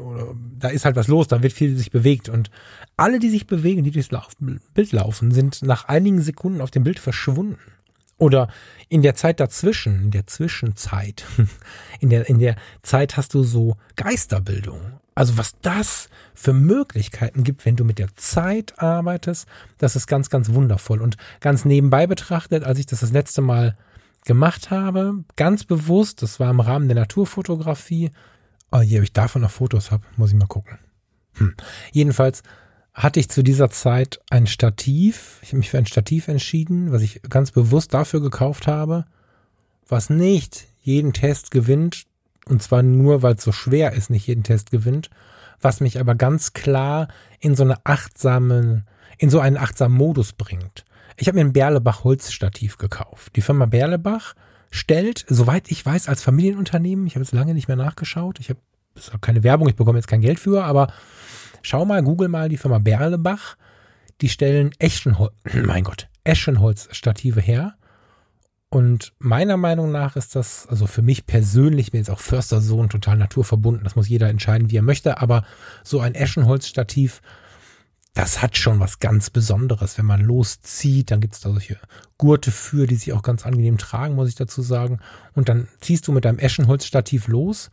da ist halt was los, da wird viel sich bewegt und alle, die sich bewegen, die durchs Lauf, Bild laufen, sind nach einigen Sekunden auf dem Bild verschwunden. Oder in der Zeit dazwischen, in der Zwischenzeit, in der, in der Zeit hast du so Geisterbildung. Also was das für Möglichkeiten gibt, wenn du mit der Zeit arbeitest, das ist ganz, ganz wundervoll. Und ganz nebenbei betrachtet, als ich das das letzte Mal gemacht habe, ganz bewusst, das war im Rahmen der Naturfotografie. Oh je, ob ich davon noch Fotos habe, muss ich mal gucken. Hm. Jedenfalls hatte ich zu dieser Zeit ein Stativ. Ich habe mich für ein Stativ entschieden, was ich ganz bewusst dafür gekauft habe, was nicht jeden Test gewinnt, und zwar nur, weil es so schwer ist, nicht jeden Test gewinnt, was mich aber ganz klar in so eine achtsame, in so einen achtsamen Modus bringt. Ich habe mir ein Berlebach Holzstativ gekauft. Die Firma Berlebach stellt, soweit ich weiß, als Familienunternehmen, ich habe jetzt lange nicht mehr nachgeschaut, ich habe keine Werbung, ich bekomme jetzt kein Geld für, aber schau mal, google mal die Firma Berlebach, die stellen Eschenholz, mein Gott, Eschenholzstative her. Und meiner Meinung nach ist das, also für mich persönlich, ich bin jetzt auch Förstersohn, total naturverbunden, das muss jeder entscheiden, wie er möchte, aber so ein Eschenholzstativ, das hat schon was ganz Besonderes, wenn man loszieht, dann gibt es da solche Gurte für, die sich auch ganz angenehm tragen, muss ich dazu sagen. Und dann ziehst du mit deinem Eschenholzstativ los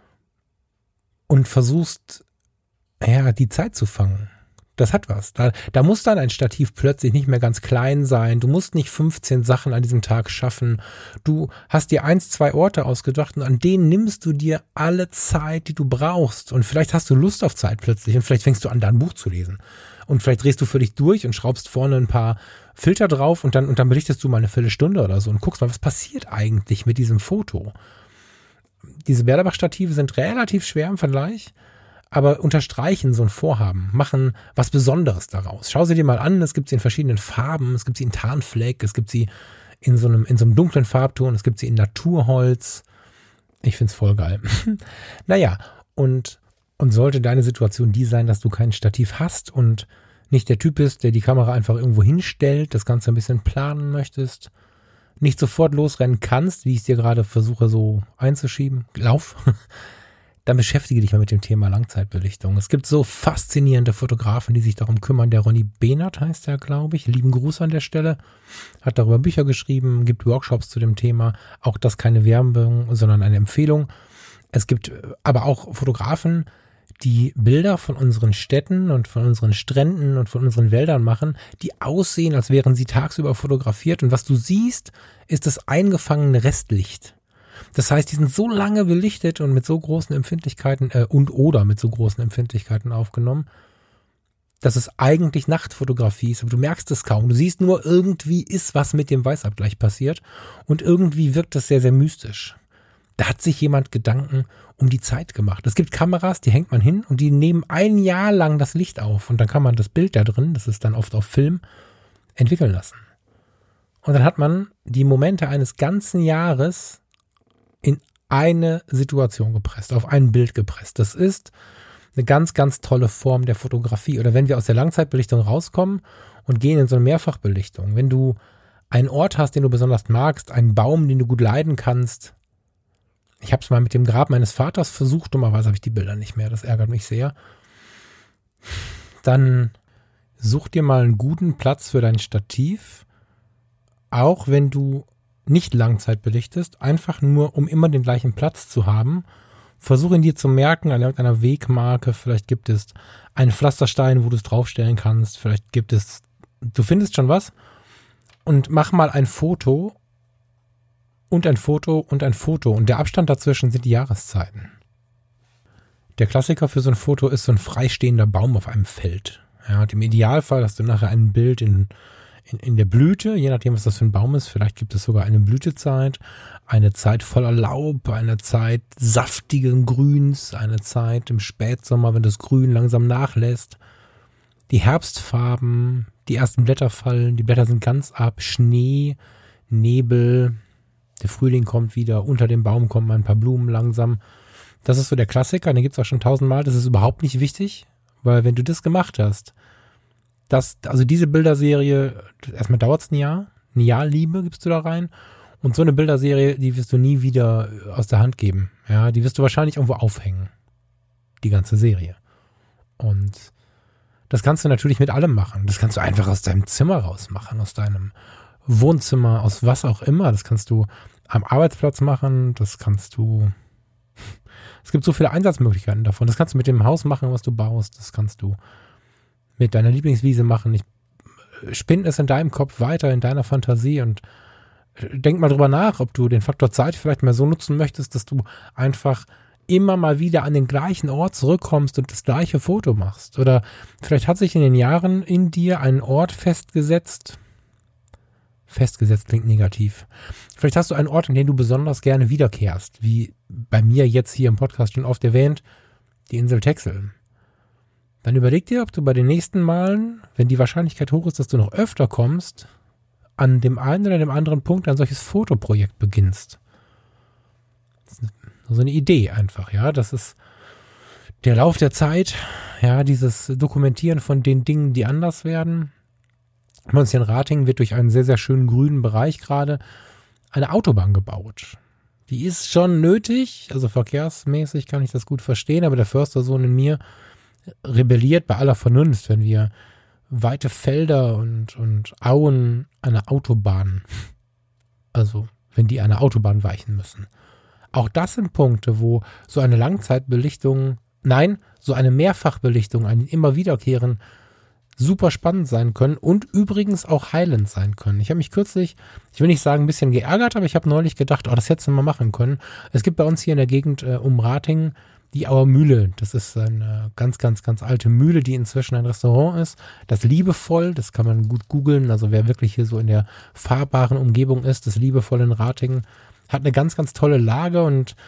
und versuchst, ja, die Zeit zu fangen. Das hat was. Da, da muss dann ein Stativ plötzlich nicht mehr ganz klein sein. Du musst nicht fünfzehn Sachen an diesem Tag schaffen. Du hast dir eins, zwei Orte ausgedacht und an denen nimmst du dir alle Zeit, die du brauchst. Und vielleicht hast du Lust auf Zeit plötzlich und vielleicht fängst du an, da ein Buch zu lesen. Und vielleicht drehst du für dich durch und schraubst vorne ein paar Filter drauf und dann, und dann belichtest du mal eine Viertelstunde oder so und guckst mal, was passiert eigentlich mit diesem Foto. Diese Berlebach-Stative sind relativ schwer im Vergleich, aber unterstreichen so ein Vorhaben, machen was Besonderes daraus. Schau sie dir mal an, es gibt sie in verschiedenen Farben, es gibt sie in Tarnfleck, es gibt sie in so einem, in so einem dunklen Farbton, es gibt sie in Naturholz. Ich find's voll geil. Naja, und, und sollte deine Situation die sein, dass du kein Stativ hast und nicht der Typ bist, der die Kamera einfach irgendwo hinstellt, das Ganze ein bisschen planen möchtest, nicht sofort losrennen kannst, wie ich es dir gerade versuche so einzuschieben, lauf, dann beschäftige dich mal mit dem Thema Langzeitbelichtung. Es gibt so faszinierende Fotografen, die sich darum kümmern. Der Ronny Behnert heißt der, glaube ich. Lieben Gruß an der Stelle. Hat darüber Bücher geschrieben, gibt Workshops zu dem Thema. Auch das keine Werbung, sondern eine Empfehlung. Es gibt aber auch Fotografen, die Bilder von unseren Städten und von unseren Stränden und von unseren Wäldern machen, die aussehen, als wären sie tagsüber fotografiert. Und was du siehst, ist das eingefangene Restlicht. Das heißt, die sind so lange belichtet und mit so großen Empfindlichkeiten äh, und oder mit so großen Empfindlichkeiten aufgenommen, dass es eigentlich Nachtfotografie ist, aber du merkst es kaum. Du siehst nur, irgendwie ist was mit dem Weißabgleich passiert und irgendwie wirkt das sehr, sehr mystisch. Da hat sich jemand Gedanken um die Zeit gemacht. Es gibt Kameras, die hängt man hin und die nehmen ein Jahr lang das Licht auf und dann kann man das Bild da drin, das ist dann oft auf Film, entwickeln lassen. Und dann hat man die Momente eines ganzen Jahres in eine Situation gepresst, auf ein Bild gepresst. Das ist eine ganz, ganz tolle Form der Fotografie. Oder wenn wir aus der Langzeitbelichtung rauskommen und gehen in so eine Mehrfachbelichtung. Wenn du einen Ort hast, den du besonders magst, einen Baum, den du gut leiden kannst. Ich habe es mal mit dem Grab meines Vaters versucht, dummerweise habe ich die Bilder nicht mehr, das ärgert mich sehr. Dann such dir mal einen guten Platz für dein Stativ, auch wenn du nicht Langzeit belichtest, einfach nur, um immer den gleichen Platz zu haben. Versuch ihn dir zu merken an irgendeiner Wegmarke, vielleicht gibt es einen Pflasterstein, wo du es draufstellen kannst, vielleicht gibt es, du findest schon was und mach mal ein Foto und ein Foto und ein Foto und der Abstand dazwischen sind die Jahreszeiten. Der Klassiker für so ein Foto ist so ein freistehender Baum auf einem Feld. Ja, und im Idealfall hast du nachher ein Bild in, in, in der Blüte, je nachdem, was das für ein Baum ist. Vielleicht gibt es sogar eine Blütezeit, eine Zeit voller Laub, eine Zeit saftigen Grüns, eine Zeit im Spätsommer, wenn das Grün langsam nachlässt. Die Herbstfarben, die ersten Blätter fallen, die Blätter sind ganz ab, Schnee, Nebel, der Frühling kommt wieder, unter dem Baum kommen mal ein paar Blumen langsam. Das ist so der Klassiker, den gibt es auch schon tausendmal. Das ist überhaupt nicht wichtig, weil wenn du das gemacht hast, das, also diese Bilderserie, erstmal dauert es ein Jahr, ein Jahr Liebe gibst du da rein und so eine Bilderserie, die wirst du nie wieder aus der Hand geben. Ja, die wirst du wahrscheinlich irgendwo aufhängen, die ganze Serie. Und das kannst du natürlich mit allem machen. Das kannst du einfach aus deinem Zimmer raus machen, aus deinem Wohnzimmer, aus was auch immer. Das kannst du am Arbeitsplatz machen, das kannst du, es gibt so viele Einsatzmöglichkeiten davon. Das kannst du mit dem Haus machen, was du baust, das kannst du mit deiner Lieblingswiese machen. Ich spinn es in deinem Kopf weiter, in deiner Fantasie und denk mal drüber nach, ob du den Faktor Zeit vielleicht mal so nutzen möchtest, dass du einfach immer mal wieder an den gleichen Ort zurückkommst und das gleiche Foto machst. Oder vielleicht hat sich in den Jahren in dir ein Ort festgesetzt. Festgesetzt klingt negativ. Vielleicht hast du einen Ort, an den du besonders gerne wiederkehrst, wie bei mir jetzt hier im Podcast schon oft erwähnt, die Insel Texel. Dann überleg dir, ob du bei den nächsten Malen, wenn die Wahrscheinlichkeit hoch ist, dass du noch öfter kommst, an dem einen oder dem anderen Punkt ein solches Fotoprojekt beginnst. Das ist so eine Idee einfach, ja. Das ist der Lauf der Zeit, ja, dieses Dokumentieren von den Dingen, die anders werden. Bei uns hier in Ratingen wird durch einen sehr, sehr schönen grünen Bereich gerade eine Autobahn gebaut. Die ist schon nötig, also verkehrsmäßig kann ich das gut verstehen, aber der Förstersohn in mir rebelliert bei aller Vernunft, wenn wir weite Felder und, und Auen einer Autobahn, also wenn die einer Autobahn weichen müssen. Auch das sind Punkte, wo so eine Langzeitbelichtung, nein, so eine Mehrfachbelichtung, ein immer wiederkehren, super spannend sein können und übrigens auch heilend sein können. Ich habe mich kürzlich, ich will nicht sagen ein bisschen geärgert, aber ich habe neulich gedacht, oh, das hättest du mal machen können. Es gibt bei uns hier in der Gegend äh, um Ratingen die Auer Mühle. Das ist eine ganz, ganz, ganz alte Mühle, die inzwischen ein Restaurant ist. Das Liebevoll, das kann man gut googeln. Also wer wirklich hier so in der fahrbaren Umgebung ist, das Liebevoll in Ratingen, hat eine ganz, ganz tolle Lage und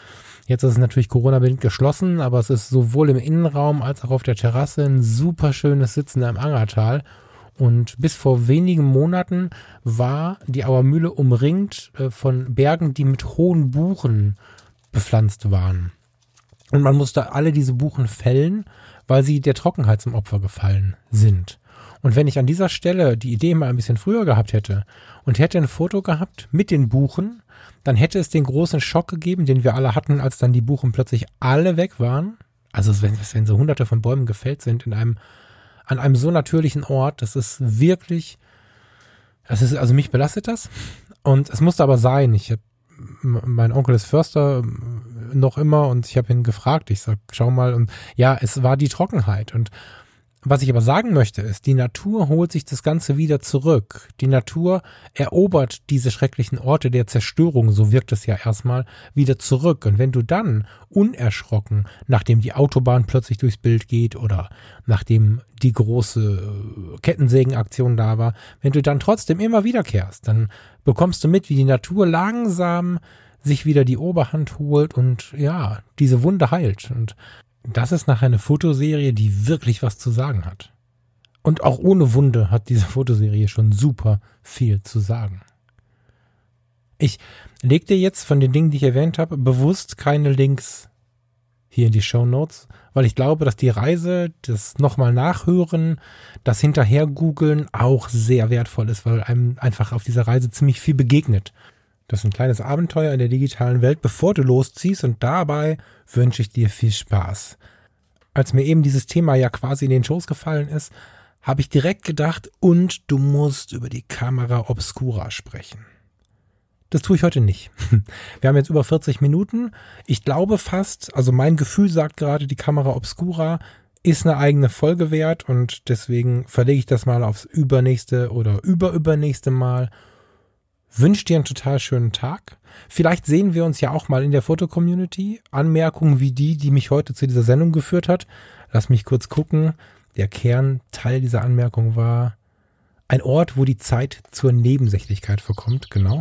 Jetzt ist es natürlich Corona-bedingt geschlossen, aber es ist sowohl im Innenraum als auch auf der Terrasse ein super schönes Sitzen im Angertal. Und bis vor wenigen Monaten war die Auer Mühle umringt äh, von Bergen, die mit hohen Buchen bepflanzt waren. Und man musste alle diese Buchen fällen, weil sie der Trockenheit zum Opfer gefallen sind. Und wenn ich an dieser Stelle die Idee mal ein bisschen früher gehabt hätte und hätte ein Foto gehabt mit den Buchen, dann hätte es den großen Schock gegeben, den wir alle hatten, als dann die Buchen plötzlich alle weg waren. Also wenn, wenn so hunderte von Bäumen gefällt sind in einem, an einem so natürlichen Ort, das ist wirklich, das ist, also mich belastet das. Und es musste aber sein. Ich habe, mein Onkel ist Förster noch immer und ich habe ihn gefragt. Ich sag, schau mal. Und ja, es war die Trockenheit. Und was ich aber sagen möchte, ist, die Natur holt sich das Ganze wieder zurück. Die Natur erobert diese schrecklichen Orte der Zerstörung, so wirkt es ja erstmal, wieder zurück. Und wenn du dann unerschrocken, nachdem die Autobahn plötzlich durchs Bild geht oder nachdem die große Kettensägenaktion da war, wenn du dann trotzdem immer wiederkehrst, dann bekommst du mit, wie die Natur langsam sich wieder die Oberhand holt und ja, diese Wunde heilt. Und das ist nachher eine Fotoserie, die wirklich was zu sagen hat. Und auch ohne Wunde hat diese Fotoserie schon super viel zu sagen. Ich leg dir jetzt von den Dingen, die ich erwähnt habe, bewusst keine Links hier in die Shownotes, weil ich glaube, dass die Reise, das nochmal nachhören, das hinterher googeln auch sehr wertvoll ist, weil einem einfach auf dieser Reise ziemlich viel begegnet. Das ist ein kleines Abenteuer in der digitalen Welt, bevor du losziehst, und dabei wünsche ich dir viel Spaß. Als mir eben dieses Thema ja quasi in den Schoß gefallen ist, habe ich direkt gedacht, und du musst über die Camera Obscura sprechen. Das tue ich heute nicht. Wir haben jetzt über vierzig Minuten. Ich glaube fast, also mein Gefühl sagt gerade, die Camera Obscura ist eine eigene Folge wert, und deswegen verlege ich das mal aufs übernächste oder überübernächste Mal. Wünsche dir einen total schönen Tag. Vielleicht sehen wir uns ja auch mal in der Foto-Community. Anmerkungen wie die, die mich heute zu dieser Sendung geführt hat. Lass mich kurz gucken. Der Kernteil dieser Anmerkung war ein Ort, wo die Zeit zur Nebensächlichkeit verkommt. Genau.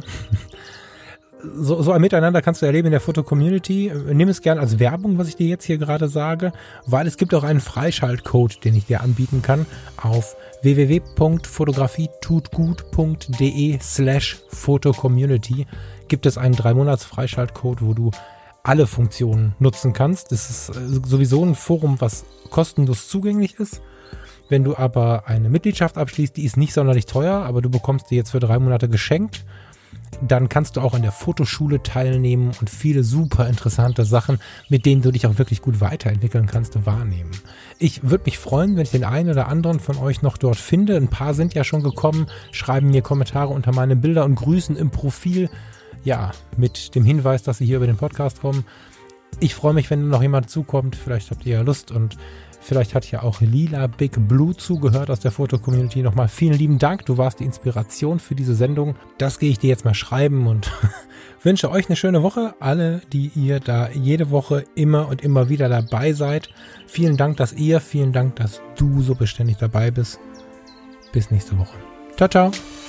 So, so ein Miteinander kannst du erleben in der Foto-Community. Nimm es gern als Werbung, was ich dir jetzt hier gerade sage, weil es gibt auch einen Freischaltcode, den ich dir anbieten kann auf w w w punkt fotografietutgut.de slash Fotocommunity gibt es einen drei Monats Freischaltcode, wo du alle Funktionen nutzen kannst. Das ist sowieso ein Forum, was kostenlos zugänglich ist. Wenn du aber eine Mitgliedschaft abschließt, die ist nicht sonderlich teuer, aber du bekommst die jetzt für drei Monate geschenkt, dann kannst du auch an der Fotoschule teilnehmen und viele super interessante Sachen, mit denen du dich auch wirklich gut weiterentwickeln kannst, wahrnehmen. Ich würde mich freuen, wenn ich den einen oder anderen von euch noch dort finde. Ein paar sind ja schon gekommen, schreiben mir Kommentare unter meine Bilder und grüßen im Profil, ja, mit dem Hinweis, dass sie hier über den Podcast kommen. Ich freue mich, wenn noch jemand zukommt, vielleicht habt ihr ja Lust, und vielleicht hat ja auch Lila Big Blue zugehört aus der Foto-Community. Nochmal vielen lieben Dank. Du warst die Inspiration für diese Sendung. Das gehe ich dir jetzt mal schreiben und wünsche euch eine schöne Woche. Alle, die ihr da jede Woche immer und immer wieder dabei seid. Vielen Dank, dass ihr, vielen Dank, dass du so beständig dabei bist. Bis nächste Woche. Ciao, ciao.